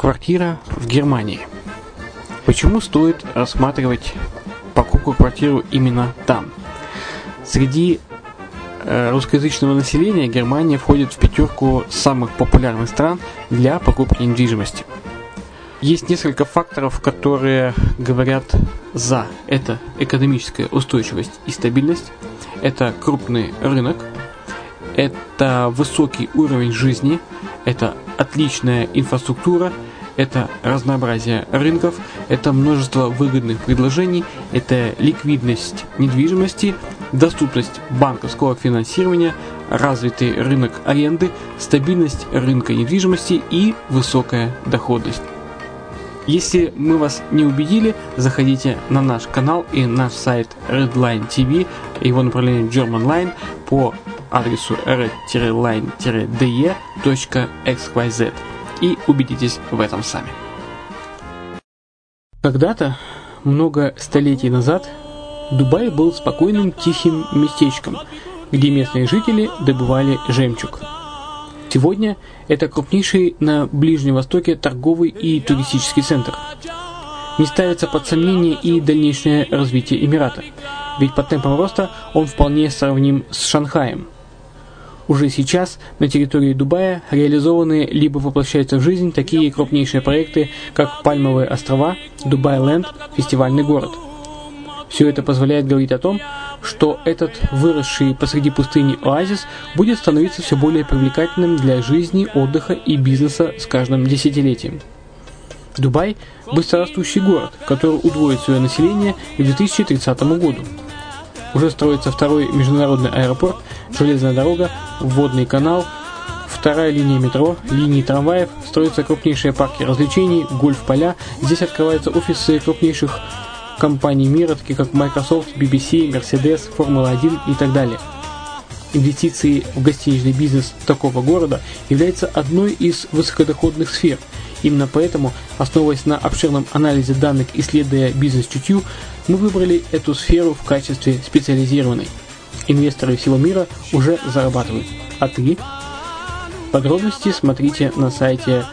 Квартира в Германии. Почему стоит рассматривать покупку квартиры именно там? Среди русскоязычного населения Германия входит в пятерку самых популярных стран для покупки недвижимости. Есть несколько факторов, которые говорят за. Это экономическая устойчивость и стабильность, это крупный рынок, это высокий уровень жизни, это отличная инфраструктура, это разнообразие рынков, это множество выгодных предложений, это ликвидность недвижимости, доступность банковского финансирования, развитый рынок аренды, стабильность рынка недвижимости и высокая доходность. Если мы вас не убедили, заходите на наш канал и наш сайт Redline TV, его направление German Line по адресу red-line-de.xyz и убедитесь в этом сами. Когда-то, много столетий назад, Дубай был спокойным тихим местечком, где местные жители добывали жемчуг. Сегодня это крупнейший на Ближнем Востоке торговый и туристический центр. Не ставится под сомнение и дальнейшее развитие Эмирата, ведь по темпам роста он вполне сравним с Шанхаем. Уже сейчас на территории Дубая реализованы либо воплощаются в жизнь такие крупнейшие проекты, как Пальмовые острова, Дубай-Ленд, фестивальный город. Все это позволяет говорить о том, что этот выросший посреди пустыни оазис будет становиться все более привлекательным для жизни, отдыха и бизнеса с каждым десятилетием. Дубай – быстрорастущий город, который удвоит свое население к 2030 году. Уже строится второй международный аэропорт, железная дорога, водный канал, вторая линия метро, линии трамваев, строятся крупнейшие парки развлечений, гольф-поля. Здесь открываются офисы крупнейших компаний мира, таких как Microsoft, BBC, Mercedes, Формула-1 и так далее. Инвестиции в гостиничный бизнес такого города являются одной из высокодоходных сфер. Именно поэтому, основываясь на обширном анализе данных, исследуя бизнес-чутью, мы выбрали эту сферу в качестве специализированной. Инвесторы всего мира уже зарабатывают. А ты? Подробности смотрите на сайте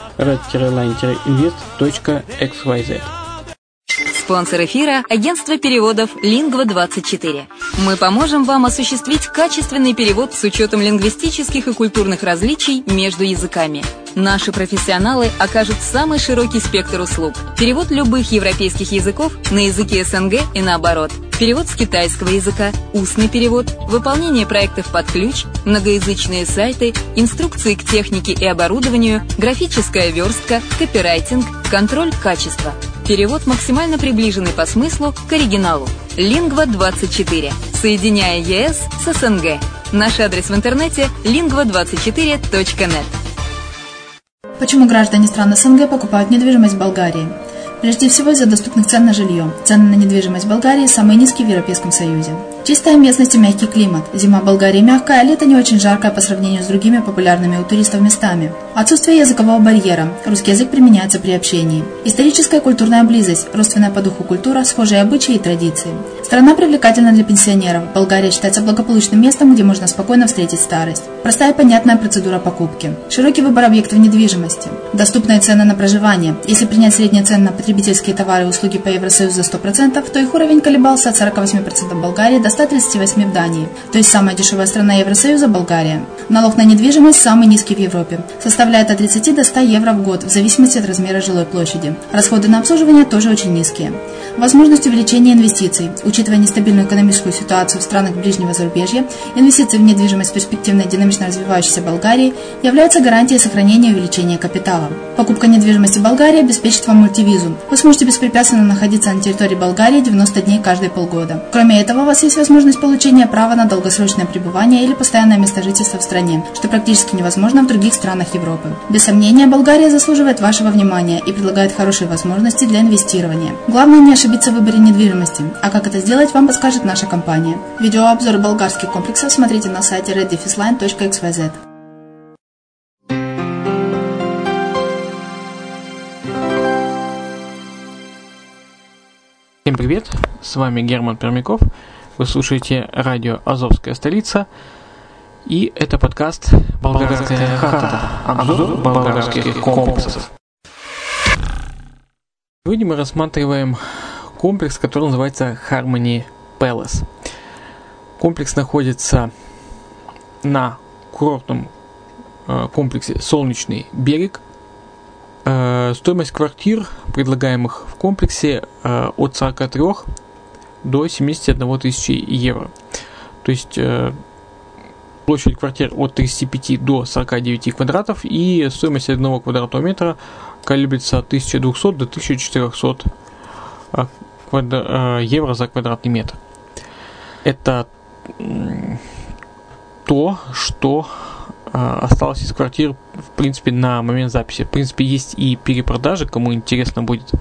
red-line-invest.xyz. Спонсор эфира – агентство переводов Lingva24. Мы поможем вам осуществить качественный перевод с учетом лингвистических и культурных различий между языками. Наши профессионалы окажут самый широкий спектр услуг. Перевод любых европейских языков на языки СНГ и наоборот. Перевод с китайского языка, устный перевод, выполнение проектов под ключ, многоязычные сайты, инструкции к технике и оборудованию, графическая верстка, копирайтинг, контроль качества. Перевод максимально приближенный по смыслу к оригиналу. Lingva24. Соединяя ЕС с СНГ. Наш адрес в интернете lingva24.net. Почему граждане стран СНГ покупают недвижимость в Болгарии? Прежде всего из-за доступных цен на жилье. Цены на недвижимость в Болгарии самые низкие в Европейском Союзе. Чистая местность и мягкий климат. Зима в Болгарии мягкая, а лето не очень жаркое по сравнению с другими популярными у туристов местами. Отсутствие языкового барьера. Русский язык применяется при общении. Историческая и культурная близость. Родственная по духу культура, схожие обычаи и традиции. Страна привлекательна для пенсионеров. Болгария считается благополучным местом, где можно спокойно встретить старость. Простая и понятная процедура покупки. Широкий выбор объектов недвижимости. Доступные цены на проживание. Если принять средние цены на потребительские товары и услуги по Евросоюзу за 100%, то их уровень колебался от 48% в Болгарии до 138% в Дании. То есть самая дешевая страна Евросоюза – Болгария. Налог на недвижимость самый низкий в Европе. Составляет от 30 до 100 евро в год, в зависимости от размера жилой площади. Расходы на обслуживание тоже очень низкие. Возможность увеличения инвестиций. Учитывая нестабильную экономическую ситуацию в странах ближнего зарубежья, инвестиции в недвижимость в перспективной динамично развивающейся Болгарии являются гарантией сохранения и увеличения капитала. Покупка недвижимости в Болгарии обеспечит вам мультивизу. Вы сможете беспрепятственно находиться на территории Болгарии 90 дней каждые полгода. Кроме этого, у вас есть возможность получения права на долгосрочное пребывание или постоянное место жительства в стране, что практически невозможно в других странах Европы. Без сомнения, Болгария заслуживает вашего внимания и предлагает хорошие возможности для инвестирования. Главное не ошибиться в выборе недвижимости, а как это сделать, вам подскажет наша компания. Видеообзор болгарских комплексов смотрите на сайте red-line.xyz. Всем привет, с вами Герман Пермяков, вы слушаете радио «Азовская столица», и это подкаст «Болгарская хата», обзор болгарских комплексов. Сегодня мы рассматриваем комплекс, который называется Harmony Palace. Комплекс находится на курортном комплексе «Солнечный берег». Стоимость квартир, предлагаемых в комплексе, от 43 до 71 тысячи евро. То есть площадь квартир от 35 до 49 квадратов, и стоимость 1 квадратного метра колеблется от 1200 до 1400 евро за квадратный метр. Это то, что осталось из квартир, в принципе, на момент записи. В принципе, есть и перепродажи, кому интересно будет,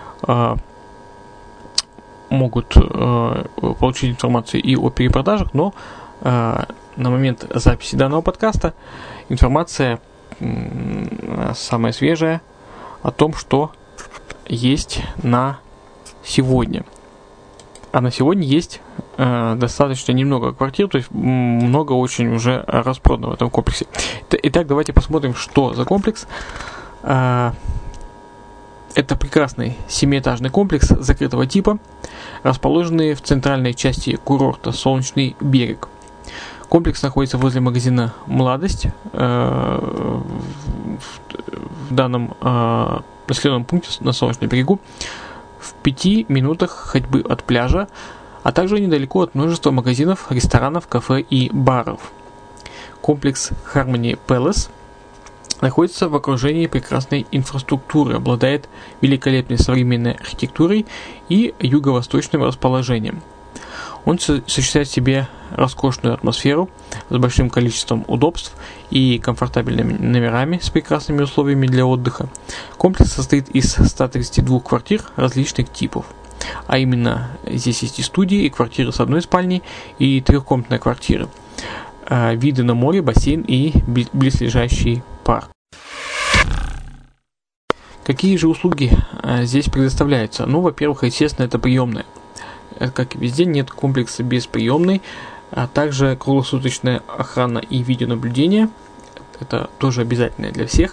могут получить информацию и о перепродажах, но на момент записи данного подкаста информация самая свежая о том, что есть на сегодня. А на сегодня есть достаточно немного квартир, то есть много очень уже распродано в этом комплексе. Итак, давайте посмотрим, что за комплекс. Это прекрасный 7-этажный комплекс закрытого типа, расположенный в центральной части курорта «Солнечный берег». Комплекс находится возле магазина «Младость». В данном населенном пункте на Солнечном берегу в 5 минутах ходьбы от пляжа, а также недалеко от множества магазинов, ресторанов, кафе и баров. Комплекс Harmony Palace находится в окружении прекрасной инфраструктуры, обладает великолепной современной архитектурой и юго-восточным расположением. Он сочетает в себе роскошную атмосферу с большим количеством удобств и комфортабельными номерами с прекрасными условиями для отдыха. Комплекс состоит из 132 квартир различных типов. А именно, здесь есть и студии, и квартиры с одной спальней, и трехкомнатные квартиры. Виды на море, бассейн и близлежащий парк. Какие же услуги здесь предоставляются? Ну, во-первых, естественно, это приемная. Как и везде, нет комплекса без приемной, а также круглосуточная охрана и видеонаблюдение. Это тоже обязательно для всех.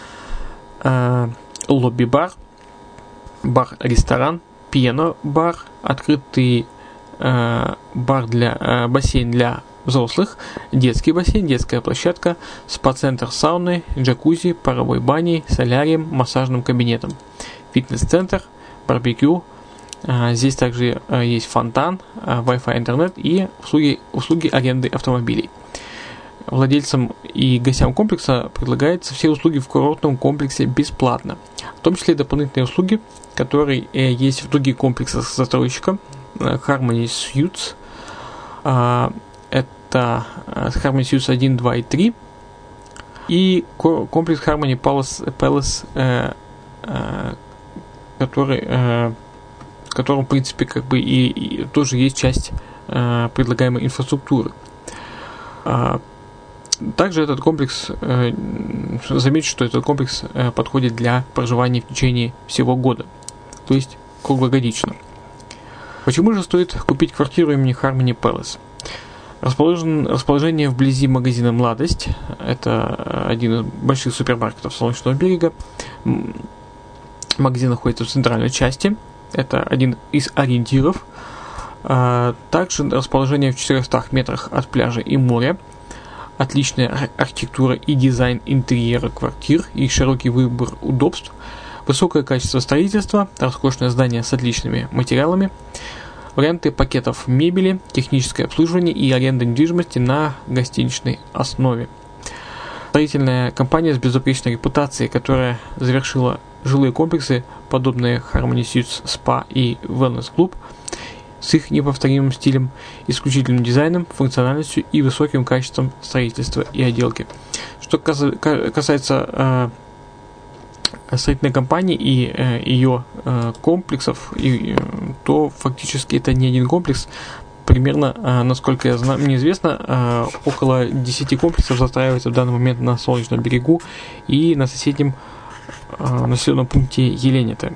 Лобби-бар, бар-ресторан, пиано-бар, открытый бассейн для взрослых, детский бассейн, детская площадка, спа-центр с сауной, джакузи, паровой баней, солярием, массажным кабинетом, фитнес-центр, барбекю. Здесь также есть фонтан, Wi-Fi, интернет и услуги аренды автомобилей. Владельцам и гостям комплекса предлагаются все услуги в курортном комплексе бесплатно, в том числе дополнительные услуги, которые есть в других комплексах застройщика. Harmony Suites, это Harmony Suites 1, 2 и 3, и комплекс Harmony Palace, в котором, в принципе, как бы и тоже есть часть предлагаемой инфраструктуры. Также этот комплекс, замечу, что этот комплекс подходит для проживания в течение всего года, то есть круглогодично. Почему же стоит купить квартиру имени Harmony Palace? Расположение вблизи магазина «Младость», это один из больших супермаркетов Солнечного берега. Магазин находится в центральной части. Это один из ориентиров. Также расположение в 400 метрах от пляжа и моря. Отличная архитектура и дизайн интерьера квартир и широкий выбор удобств. Высокое качество строительства, роскошное здание с отличными материалами. Варианты пакетов мебели, техническое обслуживание и аренда недвижимости на гостиничной основе. Строительная компания с безупречной репутацией, которая завершила жилые комплексы, подобные Harmony Suites Spa и Wellness Club, с их неповторимым стилем, исключительным дизайном, функциональностью и высоким качеством строительства и отделки. Что касается строительной компании и ее комплексов, то фактически это не один комплекс. Примерно, насколько я знаю, мне известно, около 10 комплексов застраивается в данный момент на Солнечном берегу и на соседнем населенном пункте Еленита.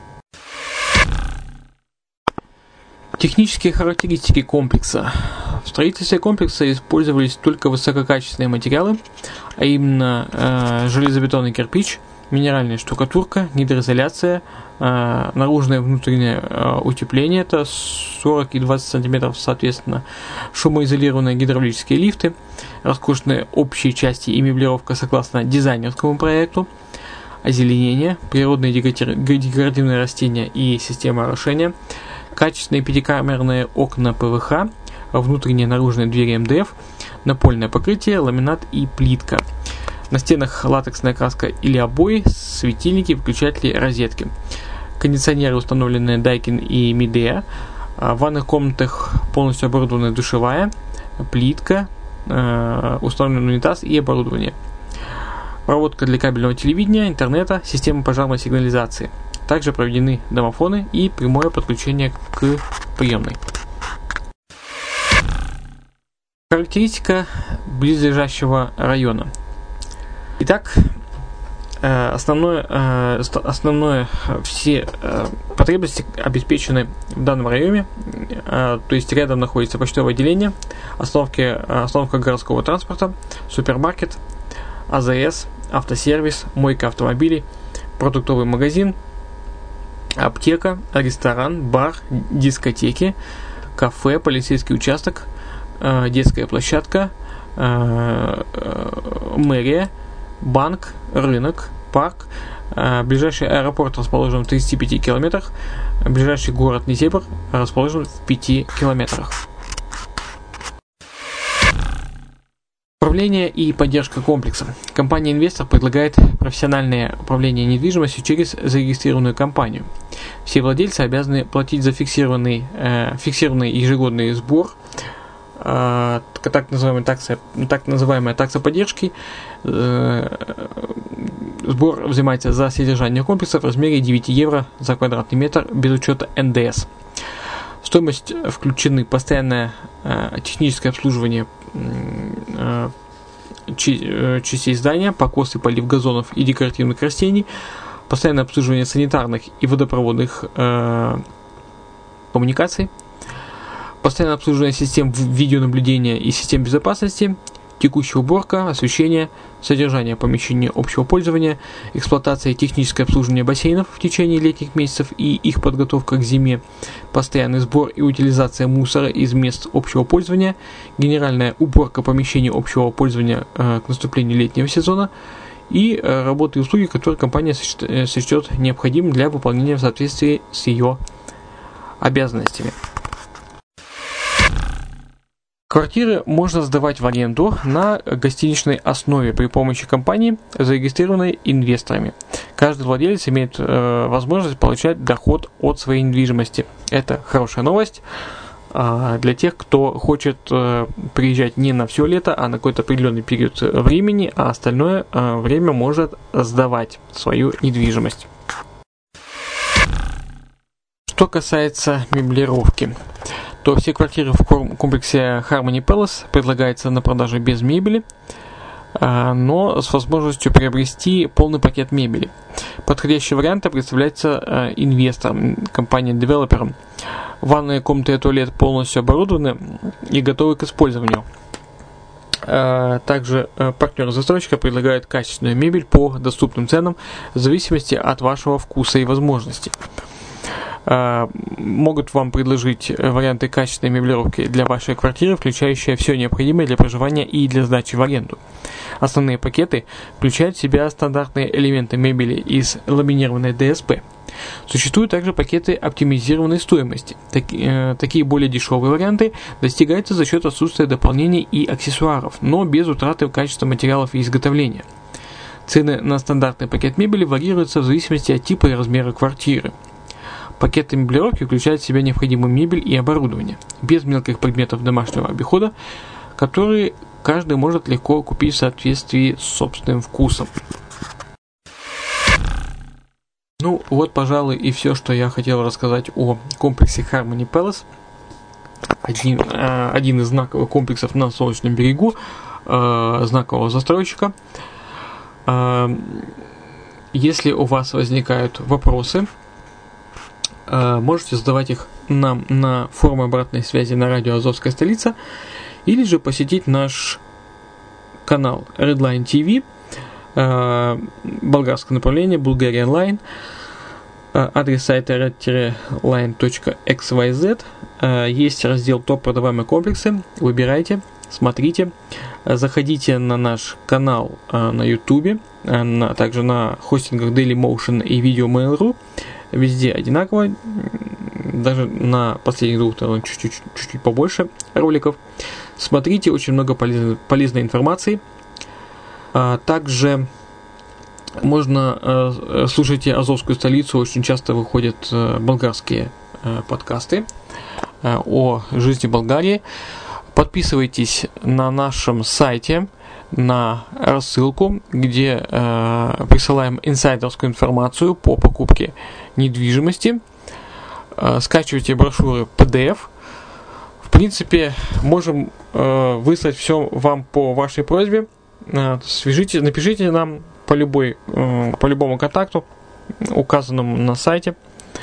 Технические характеристики комплекса. В строительстве комплекса использовались только высококачественные материалы, а именно железобетонный кирпич, минеральная штукатурка, гидроизоляция, наружное и внутреннее утепление, это 40 и 20 см соответственно, шумоизолированные гидравлические лифты, роскошные общие части и меблировка согласно дизайнерскому проекту, озеленение, природные декоративные растения и система орошения, качественные пятикамерные окна ПВХ, внутренние и наружные двери МДФ, напольное покрытие, ламинат и плитка. На стенах латексная краска или обои, светильники, выключатели, розетки. Кондиционеры установлены Daikin и Midea. В ванных комнатах полностью оборудована душевая, плитка, установлен унитаз и оборудование. Проводка для кабельного телевидения, интернета, система пожарной сигнализации. Также проведены домофоны и прямое подключение к приемной. Характеристика близлежащего района. Итак, основное все потребности обеспечены в данном районе, то есть рядом находится почтовое отделение, остановка городского транспорта, супермаркет, АЗС, автосервис, мойка автомобилей, продуктовый магазин, аптека, ресторан, бар, дискотеки, кафе, полицейский участок, детская площадка, мэрия, банк, рынок, парк. Ближайший аэропорт расположен в 35 километрах. Ближайший город Несебр расположен в 5 километрах. Управление и поддержка комплекса. Компания-инвестор предлагает профессиональное управление недвижимостью через зарегистрированную компанию. Все владельцы обязаны платить за фиксированный ежегодный сбор, так называемая такса поддержки. Сбор взимается за содержание комплекса в размере 9 евро за квадратный метр без учета НДС. В стоимость включены постоянное техническое обслуживание частей здания, покос и полив газонов и декоративных растений, постоянное обслуживание санитарных и водопроводных коммуникаций, постоянное обслуживание систем видеонаблюдения и систем безопасности, текущая уборка, освещение, содержание помещений общего пользования, эксплуатация и техническое обслуживание бассейнов в течение летних месяцев и их подготовка к зиме, постоянный сбор и утилизация мусора из мест общего пользования, генеральная уборка помещений общего пользования к наступлению летнего сезона и работы и услуги, которые компания сочтет необходимым для выполнения в соответствии с ее обязанностями. Квартиры можно сдавать в аренду на гостиничной основе при помощи компании, зарегистрированной инвесторами. Каждый владелец имеет возможность получать доход от своей недвижимости. Это хорошая новость для тех, кто хочет приезжать не на все лето, а на какой-то определенный период времени, а остальное время может сдавать свою недвижимость. Что касается меблировки, то все квартиры в комплексе Harmony Palace предлагаются на продажу без мебели, но с возможностью приобрести полный пакет мебели. Подходящие варианты представляются инвесторам, компаниям-девелоперам. Ванные комнаты и туалет полностью оборудованы и готовы к использованию. Также партнер-застройщика предлагает качественную мебель по доступным ценам в зависимости от вашего вкуса и возможностей. Могут вам предложить варианты качественной меблировки для вашей квартиры, включающие все необходимое для проживания и для сдачи в аренду. Основные пакеты включают в себя стандартные элементы мебели из ламинированной ДСП. Существуют также пакеты оптимизированной стоимости. Такие более дешевые варианты достигаются за счет отсутствия дополнений и аксессуаров, но без утраты качества материалов и изготовления. Цены на стандартный пакет мебели варьируются в зависимости от типа и размера квартиры. Пакеты меблировки включают в себя необходимую мебель и оборудование, без мелких предметов домашнего обихода, которые каждый может легко купить в соответствии с собственным вкусом. Ну вот, пожалуй, и все, что я хотел рассказать о комплексе Harmony Palace. Один из знаковых комплексов на Солнечном берегу, знакового застройщика. Если у вас возникают вопросы, можете задавать их нам на форуме обратной связи на радио Азовская столица или же посетить наш канал Redline TV болгарское направление Bulgarian Line, адрес сайта red-line.xyz, есть раздел «Топ продаваемые комплексы», выбирайте, смотрите, заходите на наш канал на YouTube, также на хостингах Dailymotion и Video Mail.ru, везде одинаково, даже на последних двух чуть-чуть побольше роликов. Смотрите, очень много полезной информации. Также можно слушать «Азовскую столицу», очень часто выходят болгарские подкасты о жизни Болгарии. Подписывайтесь на нашем сайте на рассылку, где присылаем инсайдерскую информацию по покупке недвижимости. Скачивайте брошюры PDF. В принципе, можем выслать все вам по вашей просьбе. Напишите нам по любому контакту, указанному на сайте.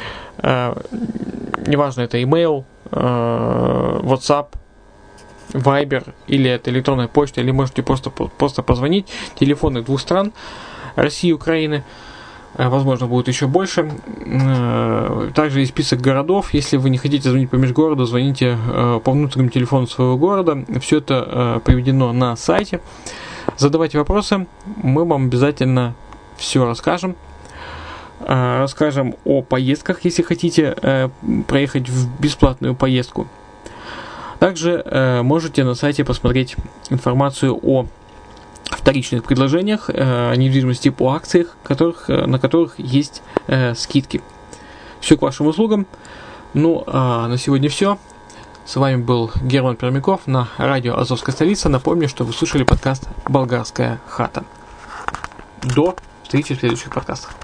Неважно, это email, WhatsApp, Viber или это электронная почта, или можете просто позвонить. Телефоны 2 стран, России и Украины. Возможно, будет еще больше. Также есть список городов. Если вы не хотите звонить по межгороду, звоните по внутреннему телефону своего города. Все это приведено на сайте. Задавайте вопросы, мы вам обязательно все расскажем. Расскажем о поездках, если хотите проехать в бесплатную поездку. Также можете на сайте посмотреть информацию о вторичных предложениях недвижимости по акциях, на которых есть скидки. Все к вашим услугам. Ну, а на сегодня все. С вами был Герман Пермяков на радио «Азовская столица». Напомню, что вы слушали подкаст «Болгарская хата». До встречи в следующих подкастах.